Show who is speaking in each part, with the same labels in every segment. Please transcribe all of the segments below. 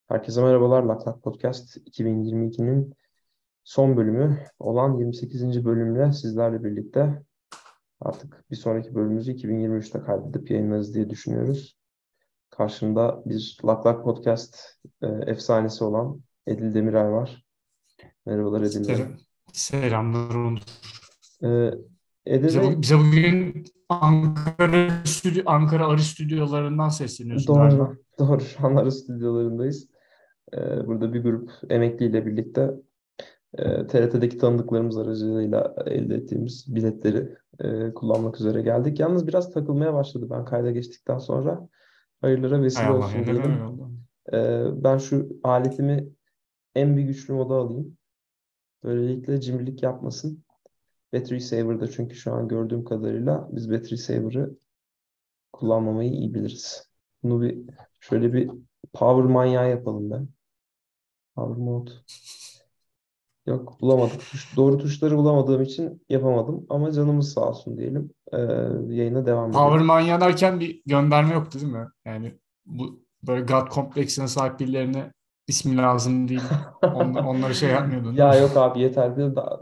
Speaker 1: Herkese merhabalar. Lak Lak Podcast 2022'nin son bölümü olan 28. bölümle sizlerle birlikte artık bir sonraki bölümümüzü 2023'te kaydedip yayınlarız diye düşünüyoruz. Karşımda bir Lak Lak Podcast efsanesi olan Edil Demiray var. Merhabalar Edil Bey.
Speaker 2: Selamlar Onur.
Speaker 1: E, Edil
Speaker 2: Bize,
Speaker 1: Bey,
Speaker 2: bize bugün Ankara Arı stüdyolarından sesleniyorsun
Speaker 1: doğru,
Speaker 2: galiba.
Speaker 1: doğru. Şu an Arı stüdyolarındayız. Burada bir grup emekliyle birlikte TRT'deki tanıdıklarımız aracılığıyla elde ettiğimiz biletleri kullanmak üzere geldik. Yalnız biraz takılmaya başladı ben kayda geçtikten sonra. Hayırlara
Speaker 2: Hay
Speaker 1: vesile
Speaker 2: Allah ya
Speaker 1: olsun
Speaker 2: neden öyle
Speaker 1: diyelim.
Speaker 2: oldu?
Speaker 1: Ben şu aletimi en bir güçlü moda alayım. Böylelikle cimrilik yapmasın. Battery Saver'da çünkü şu an gördüğüm kadarıyla biz Battery Saver'ı kullanmamayı iyi biliriz. Bunu şöyle bir power manyağı yapalım ben. Power mode. Yok bulamadık. Doğru tuşları bulamadığım için yapamadım. Ama canımız sağ olsun diyelim. Yayına devam
Speaker 2: Power
Speaker 1: edelim.
Speaker 2: Mania derken bir gönderme yoktu değil mi? Yani bu böyle God kompleksine sahip birilerine ismi lazım değil. Onları şey yapmıyordun değil
Speaker 1: Ya
Speaker 2: mi?
Speaker 1: yok abi yeter.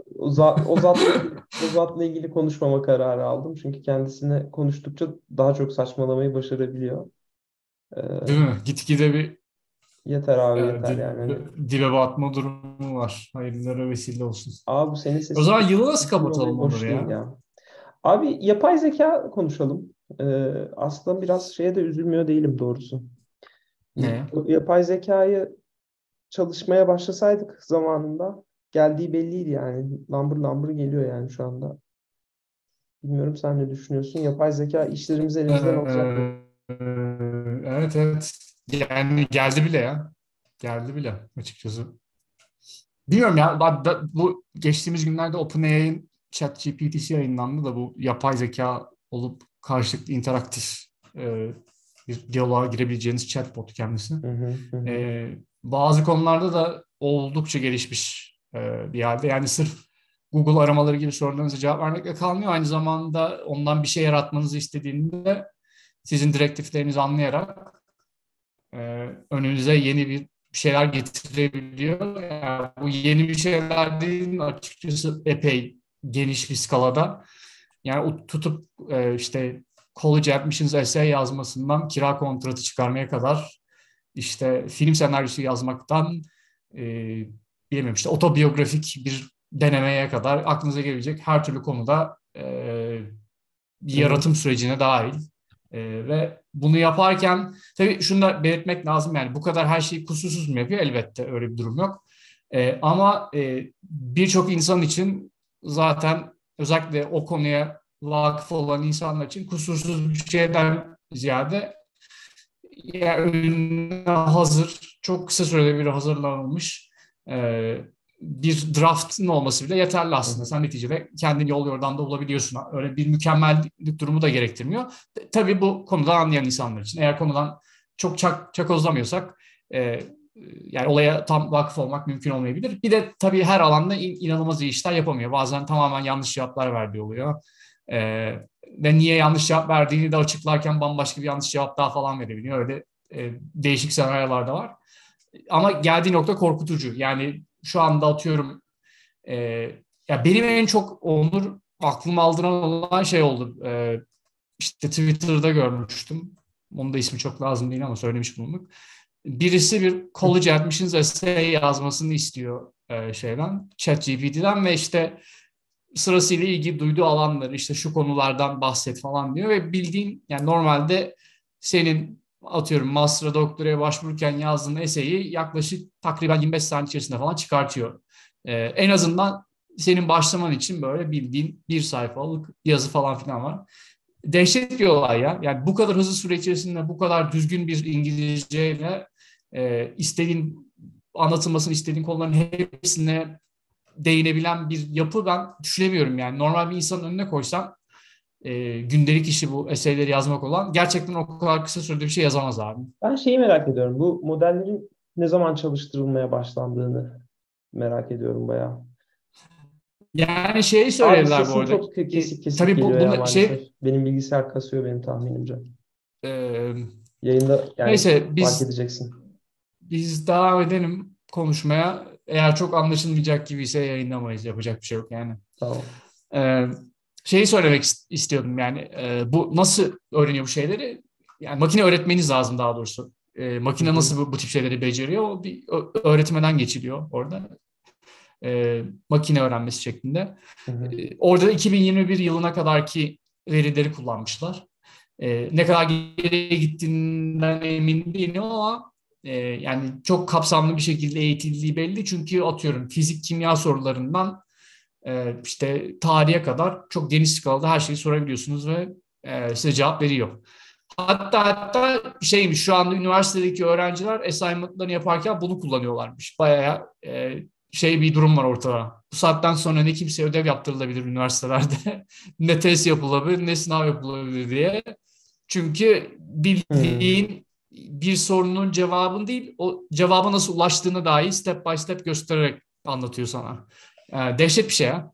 Speaker 1: O zatla ilgili konuşmama kararı aldım. Çünkü kendisine konuştukça daha çok saçmalamayı başarabiliyor. Ee,
Speaker 2: Değil mi? Gitgide bir
Speaker 1: Yeter abi
Speaker 2: e,
Speaker 1: yeter
Speaker 2: di-
Speaker 1: yani. Hani,
Speaker 2: dibe batma durumu var. Hayırlara vesile olsun.
Speaker 1: abi bu senin
Speaker 2: O
Speaker 1: sesin
Speaker 2: zaman
Speaker 1: çok
Speaker 2: yılı nasıl
Speaker 1: üzgün olayı
Speaker 2: kapatalım Onur
Speaker 1: hoş değil
Speaker 2: ya?
Speaker 1: ya. Abi yapay zeka konuşalım. Aslında biraz şeye de üzülmüyor değilim doğrusu.
Speaker 2: Ne?
Speaker 1: Yapay zekayı çalışmaya başlasaydık zamanında geldiği belliydi yani. Lambır lambır geliyor yani şu anda. Bilmiyorum sen ne düşünüyorsun? Yapay zeka işlerimizi elimizden alacak mı?
Speaker 2: Ee, evet evet. Yani geldi bile ya. Geldi bile açıkçası. Bilmiyorum ya bu geçtiğimiz günlerde OpenAI'nin ChatGPT'si yayınlandı da bu yapay zeka olup karşılıklı interaktif bir diyaloğa girebileceğiniz chatbot kendisi.
Speaker 1: Hı hı, hı hı.
Speaker 2: Bazı konularda da oldukça gelişmiş bir halde. Yani sırf Google aramaları gibi sorularınıza cevap vermekle kalmıyor. Aynı zamanda ondan bir şey yaratmanızı istediğinde sizin direktiflerinizi anlayarak önünüze yeni bir şeyler getirebiliyor. Yani bu yeni bir şeyler değil açıkçası epey geniş bir skalada. Yani tutup işte college admissions essay yazmasından kira kontratı çıkarmaya kadar işte film senaryosu yazmaktan e, bilmiyorum işte otobiyografik bir denemeye kadar aklınıza gelebilecek her türlü konuda bir
Speaker 1: Hı hı.
Speaker 2: yaratım sürecine dahil. Ve bunu yaparken tabii şunu da belirtmek lazım yani bu kadar her şeyi kusursuz mu yapıyor? Elbette öyle bir durum yok. Ama birçok insan için zaten özellikle o konuya vakıf olan insanlar için kusursuz bir şeyden ziyade yani önüne hazır, çok kısa sürede bir hazırlanılmış bir draftın olması bile yeterli
Speaker 1: Hı
Speaker 2: aslında.
Speaker 1: hı.
Speaker 2: Sen neticede kendin yol yordamda bulabiliyorsun. Öyle bir mükemmellik durumu da gerektirmiyor. Tabii bu konuda anlayan insanlar için. Eğer konudan çok çakozlamıyorsak e, yani olaya tam vakıf olmak mümkün olmayabilir. Bir de tabii her alanda inanılmaz iyi işler yapamıyor. Bazen tamamen yanlış cevaplar verdiği oluyor. E, Ve niye yanlış cevap verdiğini de açıklarken bambaşka bir yanlış cevap daha falan verebiliyor. Öyle değişik senaryolar da var. Ama geldiği nokta korkutucu. Yani şu anda atıyorum e, ya benim en çok Onur aklımı aldıran olan şey oldu. İşte Twitter'da görmüştüm. Onun da ismi çok lazım değil ama söylemiş bulunduk. Birisi bir college admissions essay yazmasını istiyor şeyden, ChatGPT'den ve işte sırasıyla ilgi duyduğu alanları işte şu konulardan bahset falan diyor ve bildiğin yani normalde senin atıyorum master'a doktoraya başvururken yazdığın eseyi yaklaşık takriben 25 saniye içerisinde falan çıkartıyor. En azından senin başlaman için böyle bildiğin bir sayfalık yazı falan filan var. Dehşet bir olay ya. Yani bu kadar hızlı süre içerisinde bu kadar düzgün bir İngilizceyle istediğin anlatılmasını istediğin konuların hepsine değinebilen bir yapı ben düşünemiyorum yani. Normal bir insanın önüne koysam gündelik işi bu eserleri yazmak olan gerçekten o kadar kısa sürede bir şey yazamaz abi.
Speaker 1: Ben şeyi merak ediyorum. Bu modellerin ne zaman çalıştırılmaya başlandığını merak ediyorum bayağı.
Speaker 2: Yani şeyi
Speaker 1: Abi
Speaker 2: söylediler bu
Speaker 1: sesin
Speaker 2: arada.
Speaker 1: çok kesik kesik
Speaker 2: Tabii
Speaker 1: geliyor ya
Speaker 2: bunu
Speaker 1: maalesef.
Speaker 2: şey
Speaker 1: Benim bilgisayar kasıyor benim tahminimce.
Speaker 2: e,
Speaker 1: Yayında yani
Speaker 2: neyse
Speaker 1: fark
Speaker 2: biz
Speaker 1: edeceksin.
Speaker 2: biz devam edelim konuşmaya. Eğer çok anlaşılmayacak gibi ise yayınlamayız. Yapacak bir şey yok yani.
Speaker 1: Tamam.
Speaker 2: Ee, Şeyi söylemek istiyordum yani bu nasıl öğreniyor bu şeyleri? Yani makine öğretmeniz lazım daha doğrusu.
Speaker 1: Hı
Speaker 2: Makine
Speaker 1: hı.
Speaker 2: nasıl bu tip şeyleri beceriyor? O bir öğretmeden geçiliyor orada. Makine öğrenmesi şeklinde.
Speaker 1: Hı hı.
Speaker 2: Orada 2021 yılına kadarki verileri kullanmışlar. Ne kadar geriye gittiğinden emin değilim ama yani çok kapsamlı bir şekilde eğitildiği belli. Çünkü atıyorum fizik, kimya sorularından işte tarihe kadar çok geniş skalada her şeyi sorabiliyorsunuz ve size cevap veriyor. Hatta şeymiş şu anda üniversitedeki öğrenciler assignment'larını yaparken bunu kullanıyorlarmış. Bayağı şey bir durum var ortada. Bu saatten sonra ne kimseye ödev yaptırılabilir üniversitelerde, ne test yapılabilir, ne sınav yapılabilir diye. Çünkü
Speaker 1: Hı.
Speaker 2: bildiğin bir sorunun cevabını değil, o cevaba nasıl ulaştığını dahi step by step göstererek anlatıyor sana. Dehşet bir şey ya.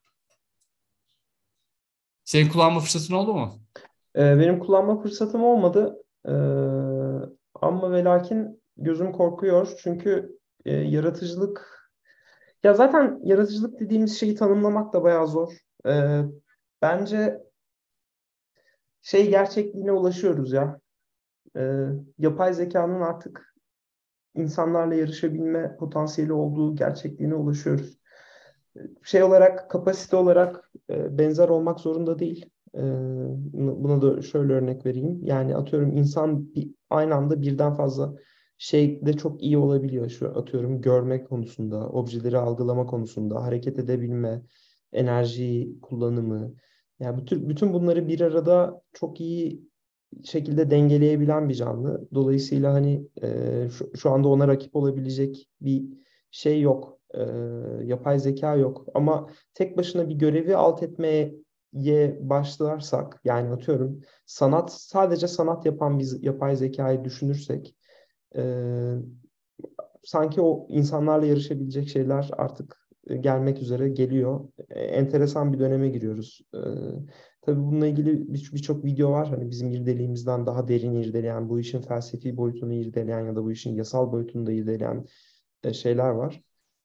Speaker 2: Senin kullanma fırsatın oldu mu?
Speaker 1: Benim kullanma fırsatım olmadı. Ama ve lakin gözüm korkuyor. Çünkü yaratıcılık, ya zaten yaratıcılık dediğimiz şeyi tanımlamak da bayağı zor. Bence gerçekliğine ulaşıyoruz ya. Yapay zekanın artık insanlarla yarışabilme potansiyeli olduğu gerçekliğine ulaşıyoruz. Olarak, kapasite olarak benzer olmak zorunda değil. Buna da şöyle örnek vereyim. Yani atıyorum insan aynı anda birden fazla şeyde çok iyi olabiliyor. Şu atıyorum görme konusunda, objeleri algılama konusunda, hareket edebilme, enerji kullanımı. Yani bütün bunları bir arada çok iyi şekilde dengeleyebilen bir canlı. Dolayısıyla hani şu anda ona rakip olabilecek bir şey yok. Yapay zeka yok. Ama tek başına bir görevi alt etmeye başlarsak, yani atıyorum sadece sanat yapan bir yapay zekayı düşünürsek, e, sanki o insanlarla yarışabilecek şeyler artık gelmek üzere geliyor. Enteresan bir döneme giriyoruz. Tabii bununla ilgili birçok video var. Hani bizim irdeliğimizden daha derin irdeleyen, bu işin felsefi boyutunu irdeleyen ya da bu işin yasal boyutunu da irdeleyen şeyler var.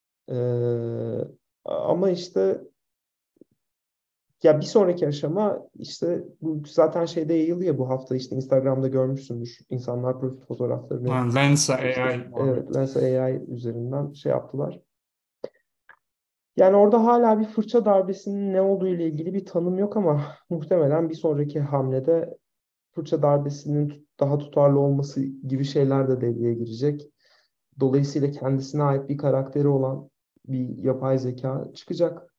Speaker 1: Ama işte ya bir sonraki aşama işte bu zaten şeyde yayıldı ya, bu hafta işte Instagram'da görmüşsündür. İnsanlar profil fotoğraflarını
Speaker 2: Lensa
Speaker 1: işte
Speaker 2: AI
Speaker 1: evet,
Speaker 2: muhabbeti.
Speaker 1: Lensa AI üzerinden şey yaptılar. Yani orada hala bir fırça darbesinin ne olduğu ile ilgili bir tanım yok ama muhtemelen bir sonraki hamlede fırça darbesinin daha tutarlı olması gibi şeyler de devreye girecek. Dolayısıyla kendisine ait bir karakteri olan bir yapay zeka çıkacak.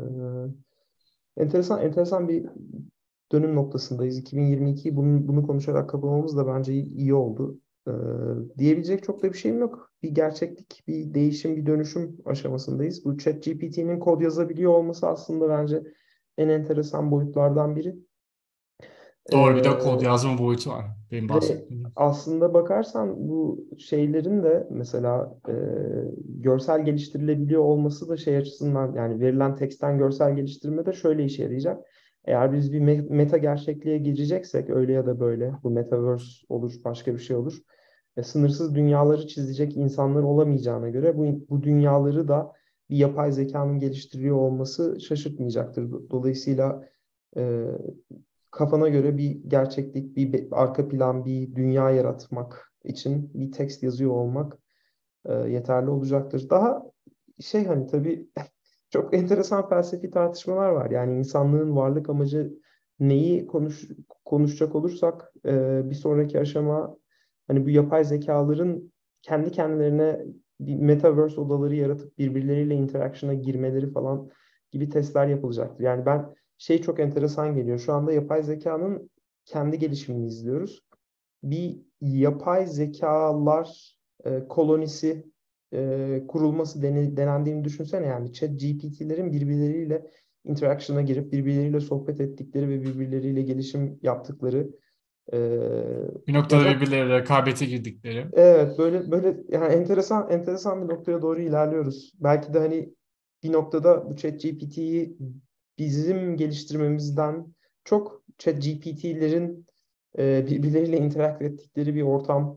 Speaker 1: Enteresan bir dönüm noktasındayız. 2022'yi bunu konuşarak kapamamız da bence iyi oldu. Ee, Diyebilecek çok da bir şeyim yok. Bir gerçeklik, bir değişim, bir dönüşüm aşamasındayız. Bu ChatGPT'nin kod yazabiliyor olması aslında bence en enteresan boyutlardan biri.
Speaker 2: Doğru bir de kod
Speaker 1: Ee,
Speaker 2: yazma boyutu var. Benim
Speaker 1: Ve
Speaker 2: bahsettiğim.
Speaker 1: aslında bakarsan bu şeylerin de mesela görsel geliştirilebiliyor olması da şey açısından, yani verilen teksten görsel geliştirme de şöyle işe yarayacak. Eğer biz bir meta gerçekliğe gireceksek, öyle ya da böyle, bu metaverse olur, başka bir şey olur. Sınırsız dünyaları çizecek insanlar olamayacağına göre bu dünyaları da bir yapay zekanın geliştiriyor olması şaşırtmayacaktır. Dolayısıyla e, kafana göre bir gerçeklik, bir arka plan, bir dünya yaratmak için bir tekst yazıyor olmak yeterli olacaktır. Daha hani tabii çok enteresan felsefi tartışmalar var. Yani insanlığın varlık amacı neyi konuşacak olursak bir sonraki aşama hani bu yapay zekaların kendi kendilerine bir metaverse odaları yaratıp birbirleriyle interaction'a girmeleri falan gibi testler yapılacaktır. Yani ben çok enteresan geliyor. Şu anda yapay zekanın kendi gelişimini izliyoruz. Bir yapay zekalar kolonisi kurulması denendiğini düşünsene. Yani chat GPT'lerin birbirleriyle interaction'a girip birbirleriyle sohbet ettikleri ve birbirleriyle gelişim yaptıkları, e,
Speaker 2: Bir
Speaker 1: ya
Speaker 2: noktada
Speaker 1: zaten
Speaker 2: birbirleriyle rekabete girdikleri.
Speaker 1: evet, böyle yani enteresan bir noktaya doğru ilerliyoruz. Belki de hani bir noktada bu ChatGPT'yi bizim geliştirmemizden çok ChatGPT'lerin birbirleriyle interak ettikleri bir ortam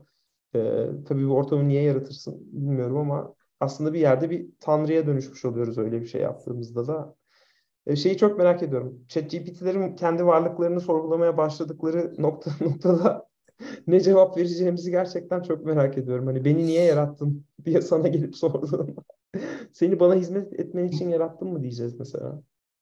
Speaker 1: Tabii bu ortamı niye yaratırsın bilmiyorum ama aslında bir yerde bir tanrıya dönüşmüş oluyoruz öyle bir şey yaptığımızda da. Şeyi çok merak ediyorum. ChatGPT'lerin kendi varlıklarını sorgulamaya başladıkları noktada ne cevap vereceğimizi gerçekten çok merak ediyorum. Hani beni niye yarattın diye sana gelip sorduğunda. Seni bana hizmet etmen için yarattım mı diyeceğiz mesela.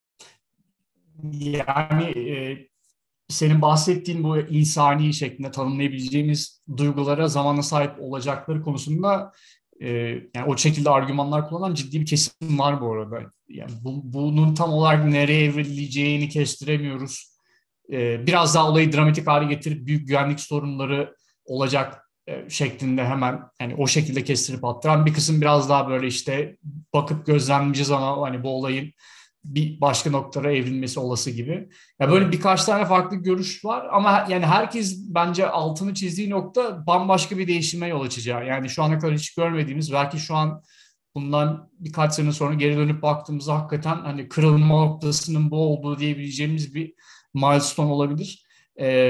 Speaker 2: Yani senin bahsettiğin bu insani şeklinde tanımlayabileceğimiz duygulara zamanla sahip olacakları konusunda yani o şekilde argümanlar kullanan ciddi bir kesim var bu arada. Yani bunun tam olarak nereye evrileceğini kestiremiyoruz. Biraz daha olayı dramatik hale getirip büyük güvenlik sorunları olacak şeklinde hemen yani o şekilde kestirip attıran bir kısım biraz daha böyle işte bakıp gözlemleyeceğiz ama hani bu olayın bir başka noktalara evrilmesi olası gibi. Ya böyle
Speaker 1: Evet.
Speaker 2: birkaç tane farklı görüş var ama yani herkes bence altını çizdiği nokta bambaşka bir değişime yol açacağı. Yani şu ana kadar hiç görmediğimiz belki şu an bundan birkaç sene sonra geri dönüp baktığımızda hakikaten hani kırılma noktasının bu olduğu diyebileceğimiz bir milestone olabilir. Ee,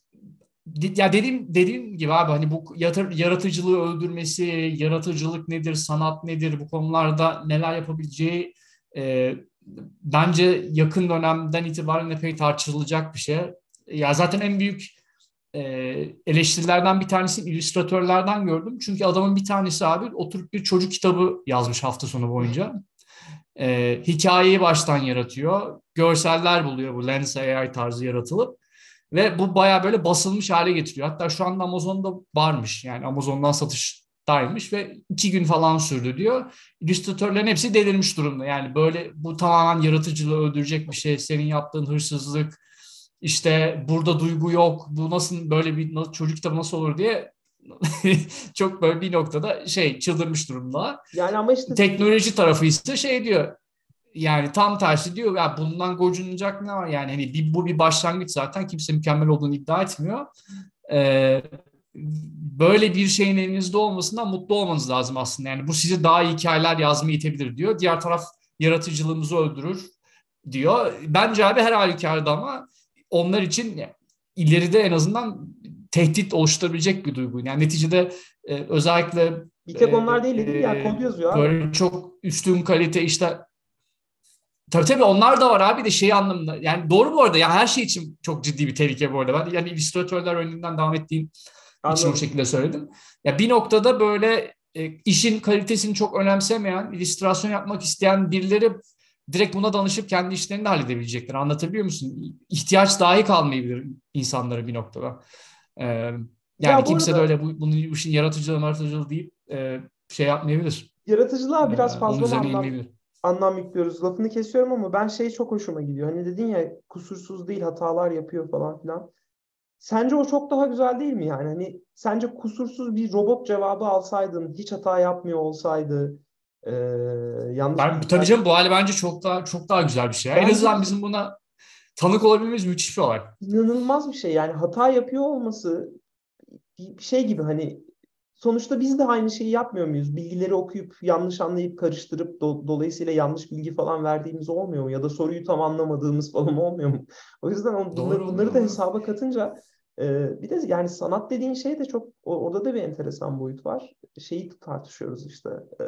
Speaker 2: Ya dediğim gibi abi hani bu yaratıcılığı öldürmesi, yaratıcılık nedir, sanat nedir, bu konularda neler yapabileceği e, bence yakın dönemden itibaren epey tartışılacak bir şey. Ya zaten en büyük e, eleştirilerden bir tanesi illüstratörlerden gördüm. Çünkü adamın bir tanesi abi oturup bir çocuk kitabı yazmış hafta sonu boyunca. Hikayeyi baştan yaratıyor. Görseller buluyor bu Lens AI tarzı yaratılıp. Ve bu baya böyle basılmış hale getiriyor. Hatta şu anda Amazon'da varmış. Yani Amazon'dan satıştaymış ve 2 gün falan sürdü diyor. İllüstratörlerin hepsi delirmiş durumda. Yani böyle bu tamamen yaratıcılığı öldürecek bir şey. Senin yaptığın hırsızlık, işte burada duygu yok. Bu nasıl böyle bir çocuk kitabı nasıl olur diye çok böyle bir noktada çıldırmış durumda.
Speaker 1: Yani ama işte
Speaker 2: Teknoloji tarafı ise şey diyor. Yani tam tersi diyor ya bundan gocunacak ne var yani hani bu bir başlangıç zaten kimse mükemmel olduğunu iddia etmiyor. Ee, Böyle bir şeyin elinizde olmasından mutlu olmanız lazım aslında. Yani bu sizi daha iyi hikayeler yazmaya itebilir diyor. Diğer taraf yaratıcılığımızı öldürür diyor. Bence abi her halükarda ama onlar için ileride en azından tehdit oluşturabilecek bir duygu. Yani neticede özellikle
Speaker 1: bir tek onlar değil değil ya,
Speaker 2: e,
Speaker 1: kod yazıyor abi.
Speaker 2: böyle çok üstün kalite işte tabii onlar da var abi de şey anlamında. Yani doğru bu arada ya her şey için çok ciddi bir tehlike bu arada. Ben yani illüstratörler örneğinden devam ettiğim için o
Speaker 1: Anladım.
Speaker 2: şekilde söyledim. Ya bir noktada böyle işin kalitesini çok önemsemeyen, illüstrasyon yapmak isteyen birileri direkt buna danışıp kendi işlerini de halledebilecekler. Anlatabiliyor musun? İhtiyaç dahi kalmayabilir insanlara bir noktada. E, Yani
Speaker 1: Ya bu
Speaker 2: kimse de
Speaker 1: arada
Speaker 2: öyle bunun işin yaratıcılığı deyip şey yapmayabilir.
Speaker 1: yaratıcılığa biraz
Speaker 2: Onun
Speaker 1: fazla mı
Speaker 2: üzerine eğilmeyebilir.
Speaker 1: anlam yüklüyoruz? Lafını kesiyorum ama ben şey çok hoşuma gidiyor. Hani dedin ya kusursuz değil, hatalar yapıyor falan filan. Sence o çok daha güzel değil mi yani? Hani sence kusursuz bir robot cevabı alsaydın, hiç hata yapmıyor olsaydı, e, yanlış
Speaker 2: Ben tabii
Speaker 1: bilgiler.
Speaker 2: canım bu hali bence çok daha güzel bir şey. En
Speaker 1: Bence
Speaker 2: azından bizim buna tanık olabilmemiz müthiş bir olay.
Speaker 1: inanılmaz bir şey. Yani hata yapıyor olması bir şey gibi, hani sonuçta biz de aynı şeyi yapmıyor muyuz? Bilgileri okuyup yanlış anlayıp karıştırıp dolayısıyla yanlış bilgi falan verdiğimiz olmuyor mu? Ya da soruyu tam anlamadığımız falan olmuyor mu? O yüzden
Speaker 2: Doğru,
Speaker 1: bunları da
Speaker 2: doğru.
Speaker 1: hesaba katınca bir de yani sanat dediğin şey de çok orada da bir enteresan boyut var. Şeyi tartışıyoruz işte. E,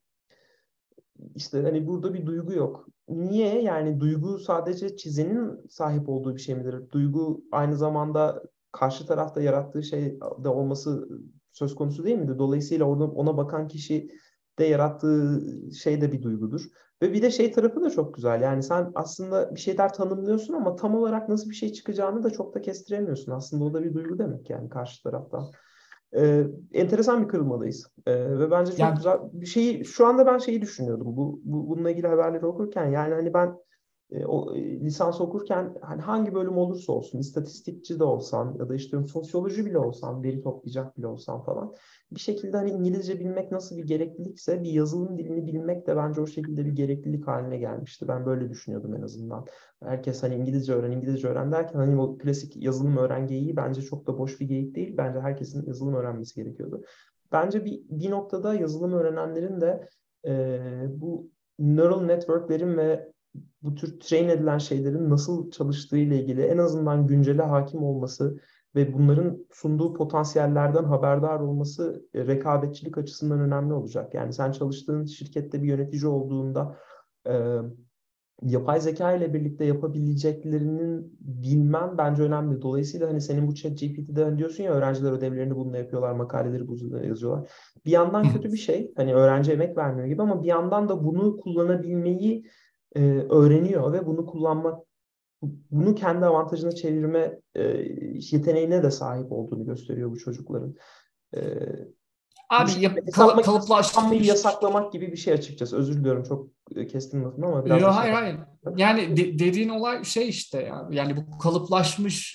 Speaker 1: işte hani burada bir duygu yok. Niye? Yani duygu sadece çizenin sahip olduğu bir şey midir? Duygu aynı zamanda karşı tarafta yarattığı şey de olması söz konusu değil midir? Dolayısıyla orada ona bakan kişi de yarattığı şey de bir duygudur. Ve bir de şey tarafı da çok güzel. Yani sen aslında bir şeyler tanımlıyorsun ama tam olarak nasıl bir şey çıkacağını da çok da kestiremiyorsun. Aslında o da bir duygu demek yani karşı taraftan. Enteresan bir kırılmadayız. Ve bence çok
Speaker 2: Yani
Speaker 1: güzel bir şeyi şu anda ben şeyi düşünüyordum. Bununla ilgili haberleri okurken yani hani ben lisans okurken hani hangi bölüm olursa olsun, istatistikçi de olsan ya da işte sosyoloji bile olsan, veri toplayacak bile olsan falan, bir şekilde hani İngilizce bilmek nasıl bir gereklilikse bir yazılım dilini bilmek de bence o şekilde bir gereklilik haline gelmişti. Ben böyle düşünüyordum en azından. Herkes hani İngilizce öğren, İngilizce öğren derken hani o klasik yazılım öğren geyiği bence çok da boş bir geyik değil. Bence herkesin yazılım öğrenmesi gerekiyordu. Bence bir noktada yazılım öğrenenlerin de bu neural networklerin ve bu tür train edilen şeylerin nasıl çalıştığı ile ilgili en azından güncele hakim olması ve bunların sunduğu potansiyellerden haberdar olması rekabetçilik açısından önemli olacak. Yani sen çalıştığın şirkette bir yönetici olduğunda e, yapay zeka ile birlikte yapabileceklerinin bilmen bence önemli. Dolayısıyla hani senin bu ChatGPT'de hani diyorsun ya, öğrenciler ödevlerini bununla yapıyorlar, makaleleri bununla yazıyorlar. Bir yandan kötü bir şey. Hani öğrenci emek vermiyor gibi, ama bir yandan da bunu kullanabilmeyi öğreniyor ve bunu kendi avantajına çevirme yeteneğine de sahip olduğunu gösteriyor bu çocukların. E, Bu
Speaker 2: Abi
Speaker 1: şekilde hesaplanmayı
Speaker 2: kalıplaşmış.
Speaker 1: yasaklamak gibi bir şey açıkçası. Özür diliyorum, çok kestim lafını ama biraz da
Speaker 2: Yok,
Speaker 1: şey
Speaker 2: hayır hayır.
Speaker 1: yaptım.
Speaker 2: Yani dediğin olay şey işte yani bu kalıplaşmış,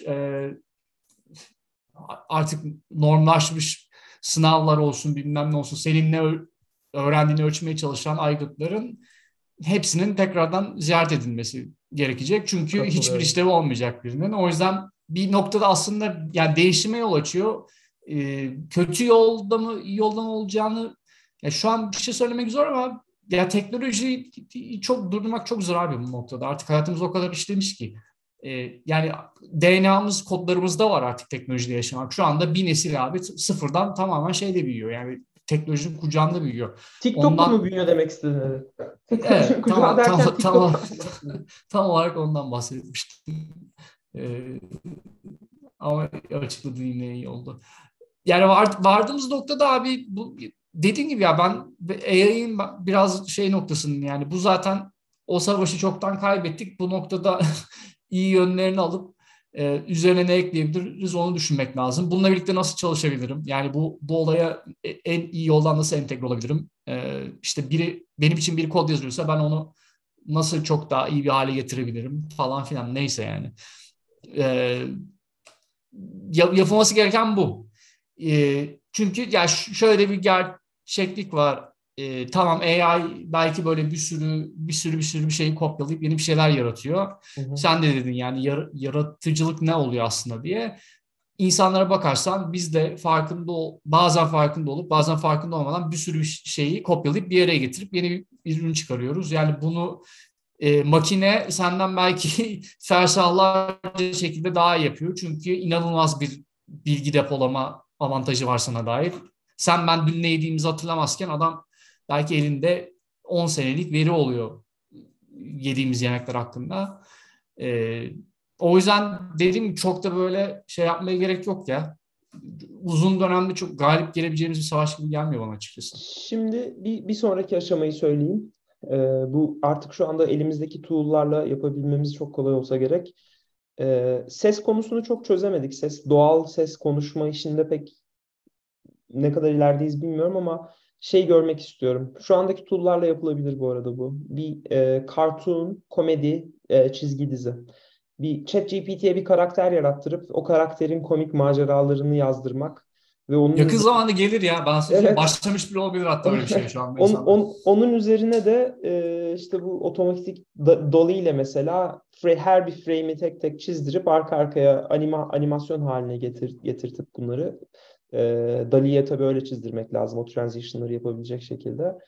Speaker 2: artık normlaşmış sınavlar olsun bilmem ne olsun, senin ne öğrendiğini ölçmeye çalışan aygıtların hepsinin tekrardan ziyaret edilmesi gerekecek. Çünkü hiçbir
Speaker 1: Katılıyorum.
Speaker 2: işlevi olmayacak birinin. O yüzden bir noktada aslında yani değişime yol açıyor. Kötü yolda mı iyi yolda mı olacağını, ya şu an bir şey söylemek zor ama ya teknolojiyi çok durdurmak çok zor abi bu noktada. Artık hayatımız o kadar işlemiş ki. Yani DNA'mız, kodlarımızda var artık teknolojide yaşamak. Şu anda bir nesil abi sıfırdan tamamen şeyle büyüyor. Yani teknolojinin kucağında büyüyor.
Speaker 1: TikTok'la mı
Speaker 2: Ondan
Speaker 1: büyüyor demek istedin? Evet. Teknolojinin
Speaker 2: evet,
Speaker 1: kucağı derken TikTok'tan mı bahsediyorsun?
Speaker 2: tam olarak ondan bahsetmiştim. Ee, ama açıkladığın yine iyi oldu. Yani vardığımız noktada abi bu dediğim gibi ya ben AI'ın biraz şey noktasının, yani bu zaten o savaşı çoktan kaybettik. Bu noktada iyi yönlerini alıp üzerine ne ekleyebiliriz onu düşünmek lazım. Bununla birlikte nasıl çalışabilirim? Yani bu olaya en iyi yoldan nasıl entegre olabilirim? İşte benim için biri kod yazıyorsa ben onu nasıl çok daha iyi bir hale getirebilirim falan filan, neyse yani. E, Yapılması gereken bu. Çünkü ya şöyle bir gerçeklik var. Tamam, AI belki böyle bir sürü bir şeyi kopyalayıp yeni bir şeyler yaratıyor.
Speaker 1: Hı hı.
Speaker 2: Sen de dedin yani yaratıcılık ne oluyor aslında diye. İnsanlara bakarsan biz de bazen farkında olup bazen farkında olmadan bir sürü şeyi kopyalayıp bir yere getirip yeni bir ürün çıkarıyoruz. Yani bunu makine senden belki fersahlarca şekilde daha iyi yapıyor. Çünkü inanılmaz bir bilgi depolama avantajı var sana dair. Sen ben dün ne yediğimizi hatırlamazken adam belki elinde 10 senelik veri oluyor yediğimiz yemekler hakkında. E, O yüzden dediğim gibi çok da böyle şey yapmaya gerek yok ya. Uzun dönemde çok galip gelebileceğimiz bir savaş gibi gelmiyor bana açıkçası.
Speaker 1: Şimdi bir sonraki aşamayı söyleyeyim. Bu artık şu anda elimizdeki tool'larla yapabilmemiz çok kolay olsa gerek. Ses konusunu çok çözemedik. Doğal ses konuşma işinde pek ne kadar ilerideyiz bilmiyorum, ama şey görmek istiyorum. Şu andaki tool'larla yapılabilir bu arada bu. Bir cartoon, komedi, çizgi dizi. Bir ChatGPT'ye bir karakter yarattırıp o karakterin komik maceralarını yazdırmak ve onun
Speaker 2: Yakın
Speaker 1: üzerine,
Speaker 2: zamanda gelir ya, ben sana söyleyeyim.
Speaker 1: evet,
Speaker 2: Başlamış bile olabilir hatta öyle bir şey şu anda insanlar.
Speaker 1: onun üzerine de işte bu otomatik Dolly ile mesela her bir frame'i tek tek çizdirip arka arkaya animasyon haline getirtip bunları DALL-E'ye tabii öyle çizdirmek lazım, o transition'ları yapabilecek şekilde.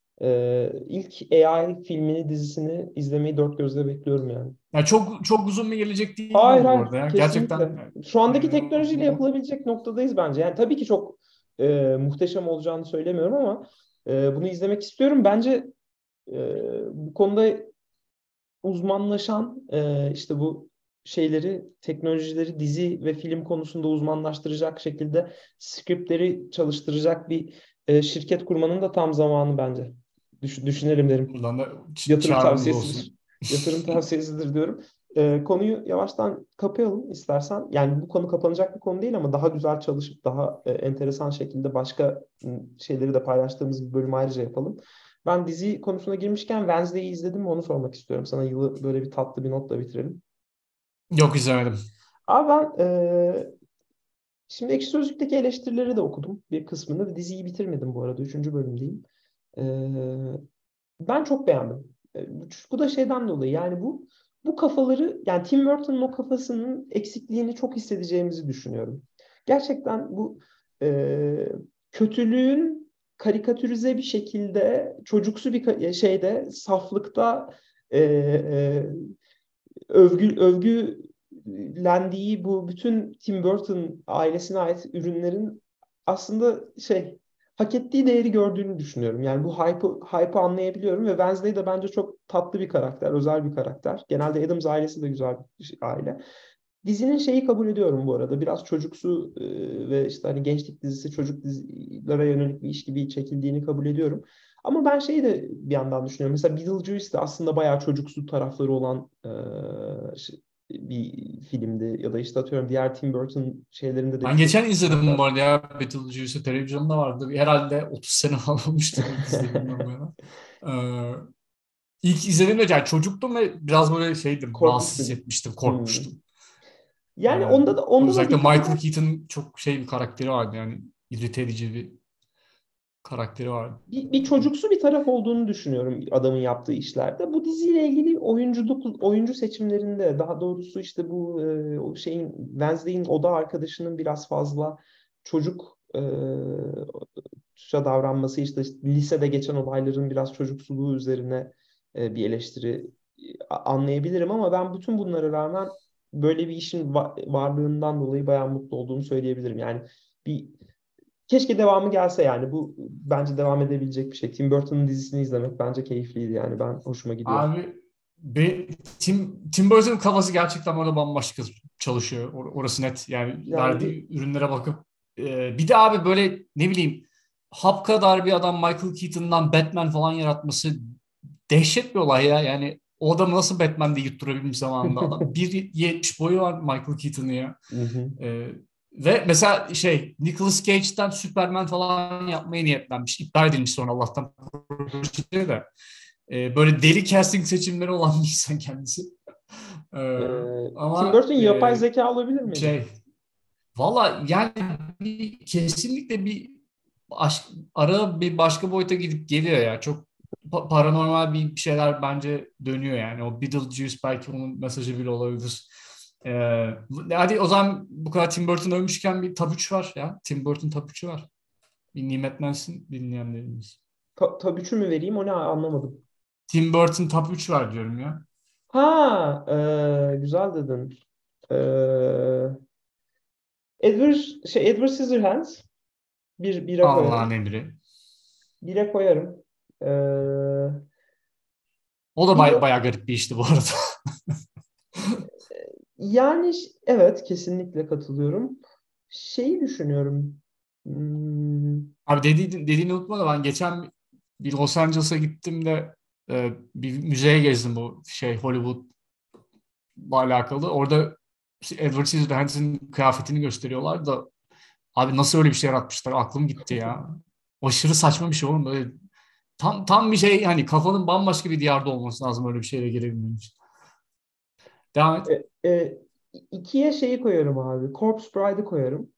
Speaker 1: İlk AI filmini, dizisini izlemeyi dört gözle bekliyorum yani.
Speaker 2: Yani çok çok uzun bir gelecek değil
Speaker 1: Hayır,
Speaker 2: bu
Speaker 1: hayır,
Speaker 2: arada ya.
Speaker 1: kesinlikle.
Speaker 2: Gerçekten
Speaker 1: Şu andaki
Speaker 2: yani
Speaker 1: teknolojiyle yapılabilecek noktadayız bence. Yani tabii ki çok muhteşem olacağını söylemiyorum, ama bunu izlemek istiyorum. Bence bu konuda uzmanlaşan, işte bu teknolojileri dizi ve film konusunda uzmanlaştıracak şekilde skriptleri çalıştıracak bir şirket kurmanın da tam zamanı bence. Düşünelim derim.
Speaker 2: buradan da
Speaker 1: Yatırım
Speaker 2: çağrımız
Speaker 1: tavsiyesidir.
Speaker 2: olsun.
Speaker 1: Yatırım tavsiyesidir diyorum. Konuyu yavaştan kapayalım istersen. Yani bu konu kapanacak bir konu değil, ama daha güzel çalışıp daha enteresan şekilde başka şeyleri de paylaştığımız bir bölüm ayrıca yapalım. Ben dizi konusuna girmişken Wednesday'i izledim mi onu sormak istiyorum. Sana yılı böyle bir tatlı bir notla bitirelim.
Speaker 2: Yok, izlemedim.
Speaker 1: Abi ben şimdi Ekşi Sözlük'teki eleştirileri de okudum bir kısmını. Diziyi bitirmedim bu arada. Üçüncü bölümdeyim. E, Ben çok beğendim. Bu da şeyden dolayı, yani bu kafaları, yani Tim Burton'un o kafasının eksikliğini çok hissedeceğimizi düşünüyorum. Gerçekten bu e, kötülüğün karikatürize bir şekilde çocuksu bir saflıkta, övgü sahiplendiği bu bütün Tim Burton ailesine ait ürünlerin aslında hak ettiği değeri gördüğünü düşünüyorum. Yani bu hype'ı anlayabiliyorum ve Wednesday de bence çok tatlı bir karakter, özel bir karakter. Genelde Addams ailesi de güzel bir aile. Dizinin şeyi kabul ediyorum bu arada. Biraz çocuksu ve işte hani gençlik dizisi çocuk dizilere yönelik bir iş gibi çekildiğini kabul ediyorum. Ama ben şeyi de bir yandan düşünüyorum. Mesela Beetlejuice de aslında bayağı çocuksu tarafları olan bir filmdi. Ya da işte atıyorum diğer Tim Burton şeylerinde de
Speaker 2: Ben
Speaker 1: bir
Speaker 2: geçen
Speaker 1: çocukluk
Speaker 2: izledim bu
Speaker 1: var.
Speaker 2: arada ya, Beetlejuice'u televizyonda vardı. Herhalde 30 sene falan olmuştur ilk izlediğimden bu yana. Ee, ilk izlediğimde yani çocuktum ve biraz böyle şeydim,
Speaker 1: Korkmuş
Speaker 2: rahatsız
Speaker 1: muydun?
Speaker 2: hissetmiştim,
Speaker 1: Hmm.
Speaker 2: korkmuştum.
Speaker 1: Yani
Speaker 2: Ee,
Speaker 1: onda da
Speaker 2: özellikle
Speaker 1: dikkat
Speaker 2: Michael
Speaker 1: eder.
Speaker 2: Keaton çok şey bir karakteri vardı, yani irite edici bir karakteri vardı.
Speaker 1: Bir çocuksu bir taraf olduğunu düşünüyorum adamın yaptığı işlerde. Bu diziyle ilgili oyuncu seçimlerinde daha doğrusu işte bu o şeyin Wednesday'in oda arkadaşının biraz fazla çocuk davranması işte lisede geçen olayların biraz çocuksuluğu üzerine bir eleştiri anlayabilirim ama ben bütün bunlara rağmen böyle bir işin varlığından dolayı bayağı mutlu olduğumu söyleyebilirim. Yani bir keşke devamı gelse yani. Bu bence devam edebilecek bir şey. Tim Burton'un dizisini izlemek bence keyifliydi yani. Ben hoşuma gidiyor.
Speaker 2: Abi Tim Burton'ın kafası gerçekten orada bambaşka çalışıyor. Orası net. Yani
Speaker 1: Yani bir
Speaker 2: verdiği ürünlere bakıp bir de abi böyle ne bileyim, hap kadar bir adam Michael Keaton'dan Batman falan yaratması dehşet bir olay ya. Yani o adamı nasıl Batman diye yutturabilmiş zamanında adam. 1,70 boyu var Michael Keaton'ın ya.
Speaker 1: Hı hı.
Speaker 2: E, ve mesela Nicolas Cage'den Superman falan yapmaya niyetlenmiş. İptal edilmiş sonra Allah'tan projede de. Böyle deli casting seçimleri olan bir insan kendisi. Ee,
Speaker 1: Tim
Speaker 2: ama
Speaker 1: Burton yapay zeka olabilir miydi?
Speaker 2: şey valla yani kesinlikle ara bir başka boyuta gidip geliyor ya. Çok paranormal bir şeyler bence dönüyor yani. O Beetlejuice belki onun mesajı bile olabilir. Hadi o zaman bu kadar Tim Burton övmüşken bir Top 3 var ya. Tim Burton Top 3'ü var. Bir nimetlensin dinleyenlerimiz.
Speaker 1: Tabii üçü mü vereyim? O ne anlamadım.
Speaker 2: Tim Burton Top 3 var diyorum ya.
Speaker 1: Ha, güzel dedin. E, Edward Scissorhands bire
Speaker 2: Allah'ın
Speaker 1: koyarım.
Speaker 2: emri.
Speaker 1: Bire koyarım. E,
Speaker 2: O da
Speaker 1: bir
Speaker 2: bayağı garip bir işti bu arada.
Speaker 1: Yani evet kesinlikle katılıyorum. Şeyi düşünüyorum. Hmm,
Speaker 2: Abi dediğini unutma da ben geçen bir Los Angeles'a gittim de bir müzeye gezdim, bu Hollywood'la alakalı. Orada Edward Scissorhands'in kıyafetini gösteriyorlar da abi nasıl öyle bir şey yaratmışlar, aklım gitti ya. Aşırı saçma bir şey oğlum, böyle tam bir şey, hani kafanın bambaşka bir diyarda olması lazım öyle bir şeyle girebilmem için. Devam et.
Speaker 1: e, e, ikiye şeyi koyarım abi. Corpse Bride'ı koyarım.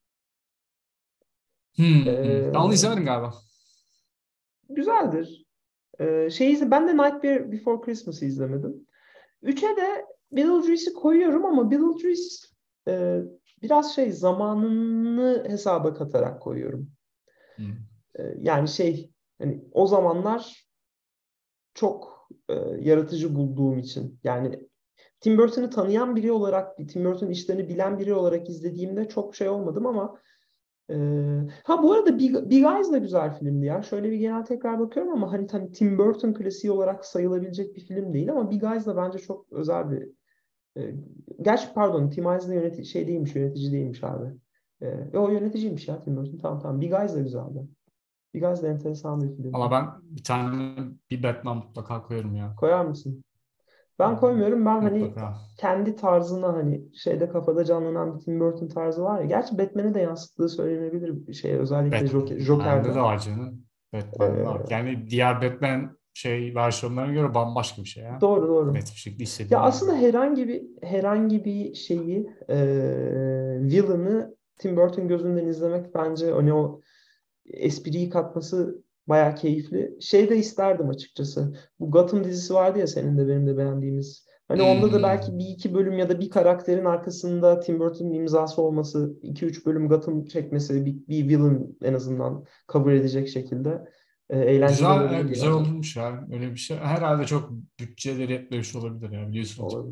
Speaker 2: Ben onu
Speaker 1: E,
Speaker 2: izlemedim galiba.
Speaker 1: güzeldir. Ben de Nightmare Before Christmas'ı izlemedim. Üçe de Beetlejuice'i koyuyorum ama Beetlejuice e, biraz zamanını hesaba katarak koyuyorum.
Speaker 2: Hmm.
Speaker 1: Yani hani o zamanlar çok yaratıcı bulduğum için. Yani Tim Burton'ı tanıyan biri olarak, Tim Burton işlerini bilen biri olarak izlediğimde çok olmadım ama e, ha bu arada Big Eyes da güzel filmdi ya. Şöyle bir genel tekrar bakıyorum ama hani Tim Burton klasiği olarak sayılabilecek bir film değil ama Big Eyes da bence çok özel bir e, gerçi pardon Tim Eyes de değilmiş, yönetici değilmiş abi. O yöneticiymiş ya Tim Burton. Tamam tamam. Big Eyes da güzeldi. Big Eyes de enteresan bir filmdi.
Speaker 2: Ama ben bir Batman mutlaka koyarım ya.
Speaker 1: Koyar mısın? Ben koymuyorum. Ben hani
Speaker 2: Mutlaka.
Speaker 1: kendi tarzına hani kafada canlanan bir Tim Burton tarzı var ya. Gerçi Batman'e de yansıttığı söylenebilir bir şey. Özellikle
Speaker 2: Batman'de
Speaker 1: Joker'de.
Speaker 2: de var canım. Batman'de de var.
Speaker 1: Ee,
Speaker 2: Yani diğer Batman versiyonlarına göre bambaşka bir şey ya.
Speaker 1: doğru doğru.
Speaker 2: Net bir şekilde
Speaker 1: Ya
Speaker 2: hissediliyor yani.
Speaker 1: aslında herhangi bir şeyi villain'ı Tim Burton gözünden izlemek bence hani o espriyi katması bayağı keyifli. Şey de isterdim açıkçası. Bu Gotham dizisi vardı ya senin de benim de beğendiğimiz. Hani onda da belki bir
Speaker 2: Hmm.
Speaker 1: iki bölüm ya da bir karakterin arkasında Tim Burton'un imzası olması, iki üç bölüm Gotham çekmesi, bir villain en azından cover edecek şekilde eğlenceli
Speaker 2: Güzel,
Speaker 1: olabilirdi
Speaker 2: güzel
Speaker 1: bence.
Speaker 2: olmuş ya. Öyle bir şey. Herhalde çok bütçeleri yetmemiş olabilir ya, biliyorsun.
Speaker 1: Olabilir.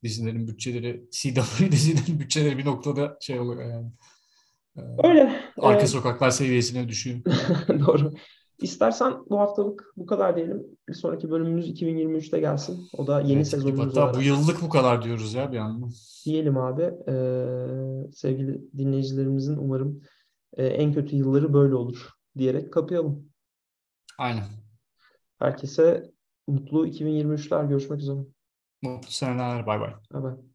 Speaker 2: Dizilerin bütçeleri, CW dizilerin bütçeleri bir noktada şey oluyor yani. E,
Speaker 1: Öyle.
Speaker 2: Arka sokaklar seviyesine düşüyor.
Speaker 1: Doğru. İstersen bu haftalık bu kadar diyelim. Bir sonraki bölümümüz 2023'te gelsin. O da yeni
Speaker 2: Evet, klip
Speaker 1: sezonumuz
Speaker 2: hatta bu
Speaker 1: olarak
Speaker 2: yıllık bu kadar diyoruz ya bir yandan.
Speaker 1: diyelim abi. Sevgili dinleyicilerimizin umarım en kötü yılları böyle olur diyerek kapayalım.
Speaker 2: Aynen.
Speaker 1: Herkese mutlu 2023'ler. Görüşmek üzere.
Speaker 2: Mutlu seneler. Bay bay.
Speaker 1: Bye bye.